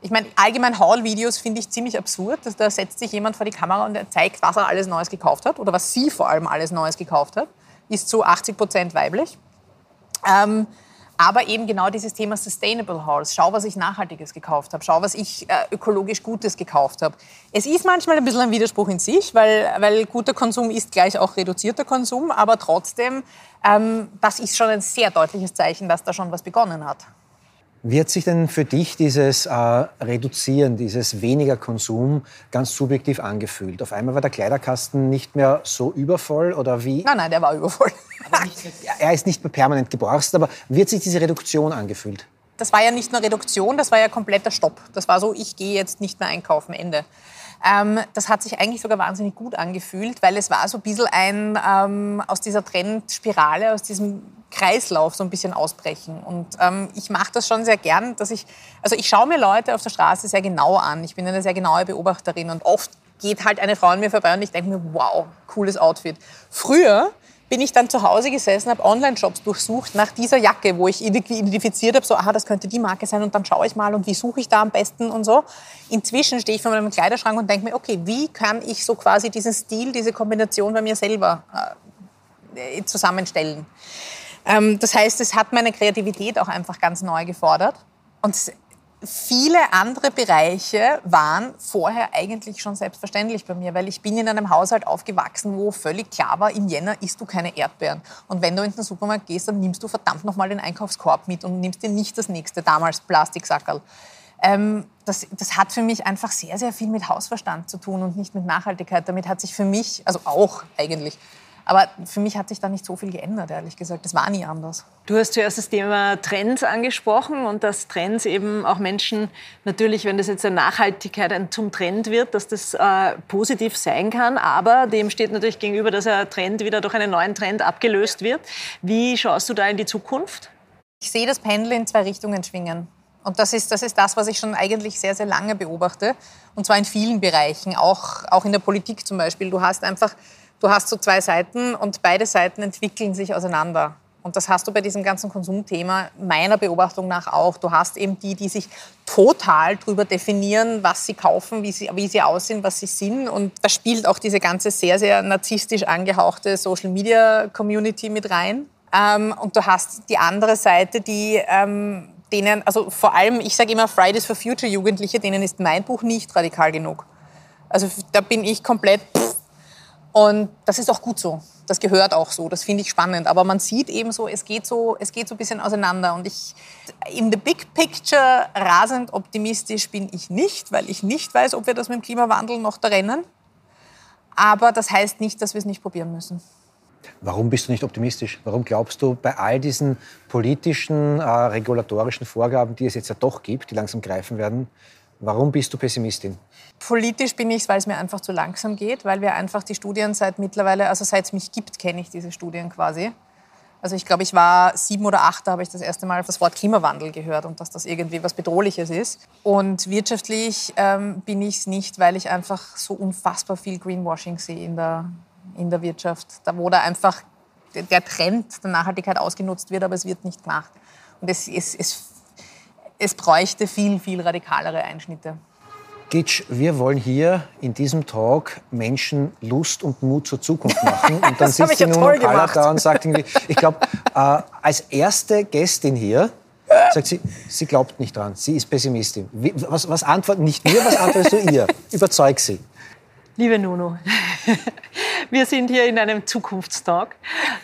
Ich meine, allgemein Haul-Videos finde ich ziemlich absurd. Da setzt sich jemand vor die Kamera und zeigt, was er alles Neues gekauft hat oder was sie vor allem alles Neues gekauft hat. Ist zu achtzig Prozent weiblich. Ähm, aber eben genau dieses Thema Sustainable Hauls. Schau, was ich Nachhaltiges gekauft habe. Schau, was ich äh, ökologisch Gutes gekauft habe. Es ist manchmal ein bisschen ein Widerspruch in sich, weil, weil guter Konsum ist gleich auch reduzierter Konsum. Aber trotzdem, ähm, das ist schon ein sehr deutliches Zeichen, dass da schon was begonnen hat. Wie hat sich denn für dich dieses äh, Reduzieren, dieses weniger Konsum ganz subjektiv angefühlt? Auf einmal war der Kleiderkasten nicht mehr so übervoll oder wie? Nein, nein, der war übervoll. Aber nicht, er ist nicht mehr permanent gebrauchst, aber wie hat sich diese Reduktion angefühlt? Das war ja nicht nur Reduktion, das war ja kompletter Stopp. Das war so, ich gehe jetzt nicht mehr einkaufen, Ende. Ähm, das hat sich eigentlich sogar wahnsinnig gut angefühlt, weil es war so ein bisschen ein ähm, aus dieser Trendspirale, aus diesem Kreislauf so ein bisschen ausbrechen. Und ähm, ich mache das schon sehr gern, dass ich, also ich schaue mir Leute auf der Straße sehr genau an. Ich bin eine sehr genaue Beobachterin und oft geht halt eine Frau an mir vorbei und ich denke mir, wow, cooles Outfit. Früher bin ich dann zu Hause gesessen, habe Online-Shops durchsucht nach dieser Jacke, wo ich identifiziert habe, so, aha, das könnte die Marke sein und dann schaue ich mal und wie suche ich da am besten und so. Inzwischen stehe ich vor meinem Kleiderschrank und denke mir, okay, wie kann ich so quasi diesen Stil, diese Kombination bei mir selber äh, zusammenstellen? Ähm, das heißt, es hat meine Kreativität auch einfach ganz neu gefordert und viele andere Bereiche waren vorher eigentlich schon selbstverständlich bei mir, weil ich bin in einem Haushalt aufgewachsen, wo völlig klar war, im Jänner isst du keine Erdbeeren. Und wenn du in den Supermarkt gehst, dann nimmst du verdammt nochmal den Einkaufskorb mit und nimmst dir nicht das nächste, damals Plastiksackerl. Ähm, das, das hat für mich einfach sehr, sehr viel mit Hausverstand zu tun und nicht mit Nachhaltigkeit. Damit hat sich für mich, also auch eigentlich, aber für mich hat sich da nicht so viel geändert, ehrlich gesagt. Das war nie anders. Du hast zuerst das Thema Trends angesprochen und dass Trends eben auch Menschen, natürlich, wenn das jetzt eine Nachhaltigkeit ein zum Trend wird, dass das äh, positiv sein kann. Aber dem steht natürlich gegenüber, dass ein Trend wieder durch einen neuen Trend abgelöst wird. Wie schaust du da in die Zukunft? Ich sehe das Pendel in zwei Richtungen schwingen. Und das ist, das ist das, was ich schon eigentlich sehr, sehr lange beobachte. Und zwar in vielen Bereichen, auch, auch in der Politik zum Beispiel. Du hast einfach... Du hast so zwei Seiten und beide Seiten entwickeln sich auseinander. Und das hast du bei diesem ganzen Konsumthema meiner Beobachtung nach auch. Du hast eben die, die sich total darüber definieren, was sie kaufen, wie sie, wie sie aussehen, was sie sind. Und da spielt auch diese ganze sehr, sehr narzisstisch angehauchte Social-Media-Community mit rein. Ähm, und du hast die andere Seite, die... Ähm, denen, also vor allem, ich sage immer Fridays for Future Jugendliche, denen ist mein Buch nicht radikal genug. Also da bin ich komplett... Pff, und das ist auch gut so. Das gehört auch so. Das finde ich spannend. Aber man sieht eben so, es geht so, es geht so ein bisschen auseinander. Und ich, in the big picture, rasend optimistisch bin ich nicht, weil ich nicht weiß, ob wir das mit dem Klimawandel noch da rennen. Aber das heißt nicht, dass wir es nicht probieren müssen. Warum bist du nicht optimistisch? Warum glaubst du, bei all diesen politischen, äh, regulatorischen Vorgaben, die es jetzt ja doch gibt, die langsam greifen werden, warum bist du Pessimistin? Politisch bin ich es, weil es mir einfach zu langsam geht, weil wir einfach die Studien seit mittlerweile, also seit es mich gibt, kenne ich diese Studien quasi. Also ich glaube, ich war sieben oder acht, da habe ich das erste Mal das Wort Klimawandel gehört und dass das irgendwie was Bedrohliches ist. Und wirtschaftlich ähm, bin ich es nicht, weil ich einfach so unfassbar viel Greenwashing sehe in der, in der Wirtschaft. Da wo da einfach der Trend der Nachhaltigkeit ausgenutzt wird, aber es wird nicht gemacht. Und es, es, es, es bräuchte viel, viel radikalere Einschnitte. Gitsch, wir wollen hier in diesem Talk Menschen Lust und Mut zur Zukunft machen. Und dann sitzt die Nuno Kalla da und sagt irgendwie, ich glaube, äh, als erste Gästin hier, sagt sie, sie glaubt nicht dran, sie ist Pessimistin. Wie, was, was antwortet, nicht mir, was antwortest du ihr? Überzeug sie. Liebe Nuno, wir sind hier in einem Zukunftstalk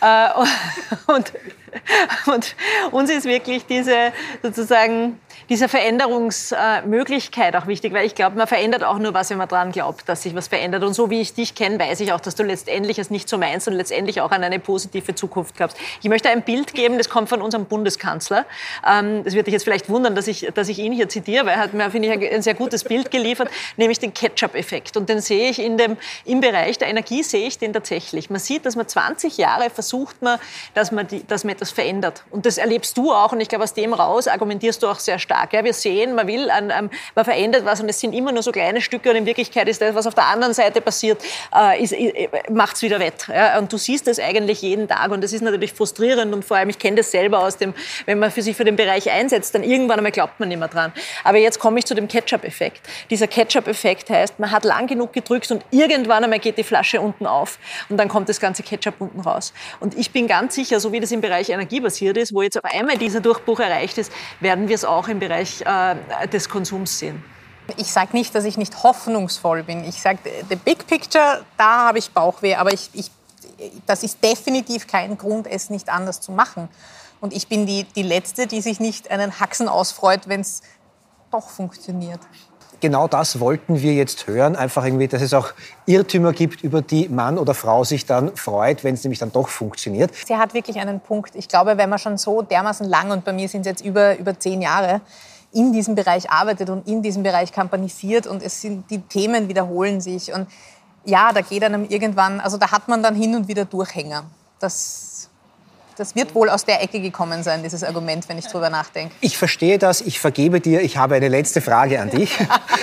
und, und uns ist wirklich diese sozusagen diese Veränderungsmöglichkeit auch wichtig, weil ich glaube, man verändert auch nur was, wenn man daran glaubt, dass sich was verändert. Und so wie ich dich kenne, weiß ich auch, dass du letztendlich es nicht so meinst und letztendlich auch an eine positive Zukunft glaubst. Ich möchte ein Bild geben, das kommt von unserem Bundeskanzler. Das wird dich jetzt vielleicht wundern, dass ich, dass ich ihn hier zitiere, weil er hat mir, finde ich, ein sehr gutes Bild geliefert, nämlich den Ketchup-Effekt. Und den sehe ich in dem, im Bereich der Energie, sehe ich den tatsächlich. Man sieht, dass man zwanzig Jahre versucht, man, dass, man die, dass man etwas verändert. Und das erlebst du auch. Und ich glaube, aus dem raus argumentierst du auch sehr stark. stark. Ja, wir sehen, man will, an, um, man verändert was und es sind immer nur so kleine Stücke und in Wirklichkeit ist das, was auf der anderen Seite passiert, äh, ist, macht es wieder wett. Ja? Und du siehst das eigentlich jeden Tag und das ist natürlich frustrierend und vor allem, ich kenne das selber aus dem, wenn man für sich für den Bereich einsetzt, dann irgendwann einmal glaubt man nicht mehr dran. Aber jetzt komme ich zu dem Ketchup-Effekt. Dieser Ketchup-Effekt heißt, man hat lang genug gedrückt und irgendwann einmal geht die Flasche unten auf und dann kommt das ganze Ketchup unten raus. Und ich bin ganz sicher, so wie das im Bereich Energie basiert ist, wo jetzt auf einmal dieser Durchbruch erreicht ist, werden wir es auch im Bereich äh, des Konsums sehen. Ich sage nicht, dass ich nicht hoffnungsvoll bin. Ich sage, the big picture, da habe ich Bauchweh. Aber ich, ich, das ist definitiv kein Grund, es nicht anders zu machen. Und ich bin die, die Letzte, die sich nicht einen Haxen ausfreut, wenn es doch funktioniert. Genau das wollten wir jetzt hören. Einfach irgendwie, dass es auch Irrtümer gibt, über die Mann oder Frau sich dann freut, wenn es nämlich dann doch funktioniert. Sie hat wirklich einen Punkt. Ich glaube, wenn man schon so dermaßen lang, und bei mir sind es jetzt über, über zehn Jahre, in diesem Bereich arbeitet und in diesem Bereich kampanisiert und es sind, die Themen wiederholen sich. Und ja, da geht einem irgendwann, also da hat man dann hin und wieder Durchhänger. Das, das wird wohl aus der Ecke gekommen sein, dieses Argument, wenn ich drüber nachdenke. Ich verstehe das, ich vergebe dir. Ich habe eine letzte Frage an dich.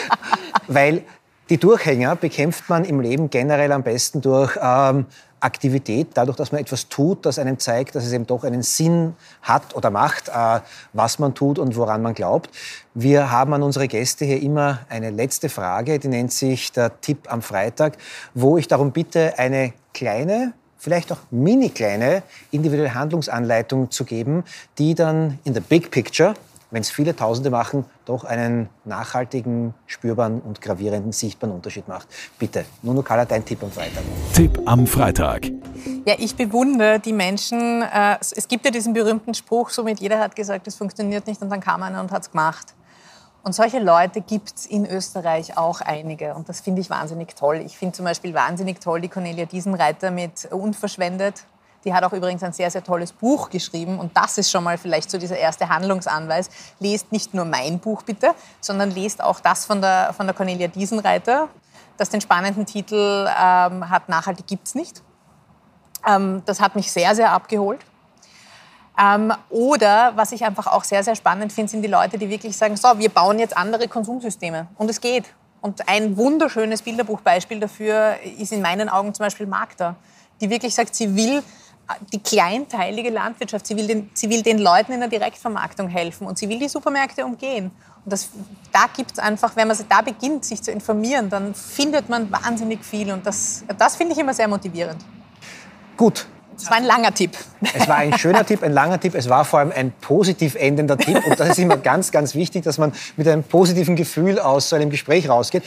Weil die Durchhänger bekämpft man im Leben generell am besten durch ähm, Aktivität, dadurch, dass man etwas tut, das einem zeigt, dass es eben doch einen Sinn hat oder macht, äh, was man tut und woran man glaubt. Wir haben an unsere Gäste hier immer eine letzte Frage, die nennt sich der Tipp am Freitag, wo ich darum bitte, eine kleine, vielleicht auch mini kleine individuelle Handlungsanleitung zu geben, die dann in der Big Picture, wenn es viele Tausende machen, doch einen nachhaltigen, spürbaren und gravierenden, sichtbaren Unterschied macht. Bitte, Nuno Kalla, dein Tipp am Freitag. Tipp am Freitag. Ja, ich bewundere die Menschen. Äh, es gibt ja diesen berühmten Spruch, somit jeder hat gesagt, es funktioniert nicht und dann kam einer und hat es gemacht. Und solche Leute gibt es in Österreich auch einige und das finde ich wahnsinnig toll. Ich finde zum Beispiel wahnsinnig toll die Cornelia Diesenreiter mit Unverschwendet. Die hat auch übrigens ein sehr, sehr tolles Buch geschrieben. Und das ist schon mal vielleicht so dieser erste Handlungsanweis. Lest nicht nur mein Buch, bitte, sondern lest auch das von der, von der Cornelia Diesenreiter, das den spannenden Titel ähm, hat, Nachhaltig gibt's nicht. Ähm, das hat mich sehr, sehr abgeholt. Ähm, oder, was ich einfach auch sehr, sehr spannend finde, sind die Leute, die wirklich sagen, so, wir bauen jetzt andere Konsumsysteme. Und es geht. Und ein wunderschönes Bilderbuchbeispiel dafür ist in meinen Augen zum Beispiel Magda, die wirklich sagt, sie will die kleinteilige Landwirtschaft, sie will, den, sie will den Leuten in der Direktvermarktung helfen und sie will die Supermärkte umgehen. Und das, da gibt es einfach, wenn man da beginnt, sich zu informieren, dann findet man wahnsinnig viel und das, das finde ich immer sehr motivierend. Gut. Es war ein langer Tipp. Es war ein schöner Tipp, ein langer Tipp. Es war vor allem ein positiv endender Tipp. Und das ist immer ganz, ganz wichtig, dass man mit einem positiven Gefühl aus so einem Gespräch rausgeht.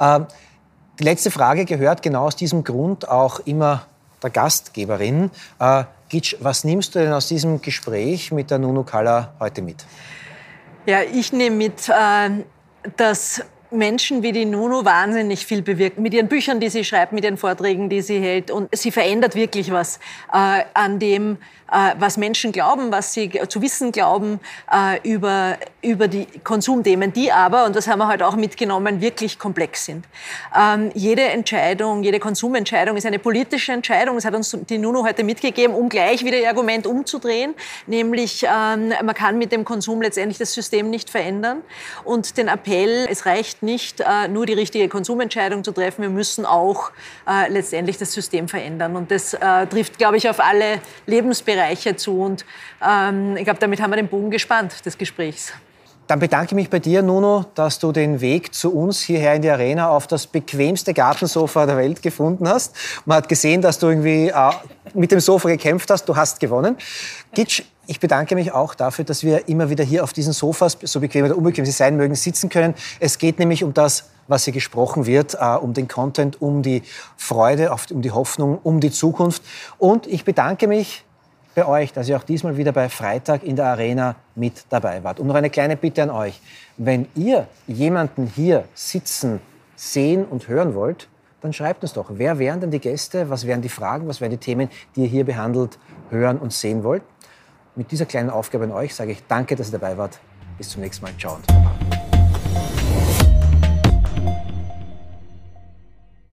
Die letzte Frage gehört genau aus diesem Grund auch immer der Gastgeberin. Äh, Gitsch, was nimmst du denn aus diesem Gespräch mit der Nuno Kalla heute mit? Ja, ich nehme mit, äh, dass Menschen wie die Nuno wahnsinnig viel bewirken. Mit ihren Büchern, die sie schreibt, mit ihren Vorträgen, die sie hält. Und sie verändert wirklich was äh, an dem, äh, was Menschen glauben, was sie zu wissen glauben äh, über, über die Konsumthemen, die aber, und das haben wir heute auch mitgenommen, wirklich komplex sind. Ähm, jede Entscheidung, jede Konsumentscheidung ist eine politische Entscheidung. Das hat uns die Nuno heute mitgegeben, um gleich wieder ihr Argument umzudrehen. Nämlich, ähm, man kann mit dem Konsum letztendlich das System nicht verändern. Und den Appell, es reicht nicht, äh, nur die richtige Konsumentscheidung zu treffen. Wir müssen auch äh, letztendlich das System verändern. Und das äh, trifft, glaube ich, auf alle Lebensbereiche zu. Und ähm, ich glaube, damit haben wir den Bogen gespannt des Gesprächs. Dann bedanke ich mich bei dir, Nuno, dass du den Weg zu uns hierher in die Arena auf das bequemste Gartensofa der Welt gefunden hast. Man hat gesehen, dass du irgendwie äh, mit dem Sofa gekämpft hast. Du hast gewonnen. Gitsch, ich bedanke mich auch dafür, dass wir immer wieder hier auf diesen Sofas, so bequem oder unbequem sie sein mögen, sitzen können. Es geht nämlich um das, was hier gesprochen wird, äh, um den Content, um die Freude, um die Hoffnung, um die Zukunft. Und ich bedanke mich bei euch, dass ihr auch diesmal wieder bei Freitag in der Arena mit dabei wart. Und noch eine kleine Bitte an euch. Wenn ihr jemanden hier sitzen, sehen und hören wollt, dann schreibt uns doch, wer wären denn die Gäste, was wären die Fragen, was wären die Themen, die ihr hier behandelt, hören und sehen wollt. Mit dieser kleinen Aufgabe an euch sage ich danke, dass ihr dabei wart. Bis zum nächsten Mal. Ciao und Baba.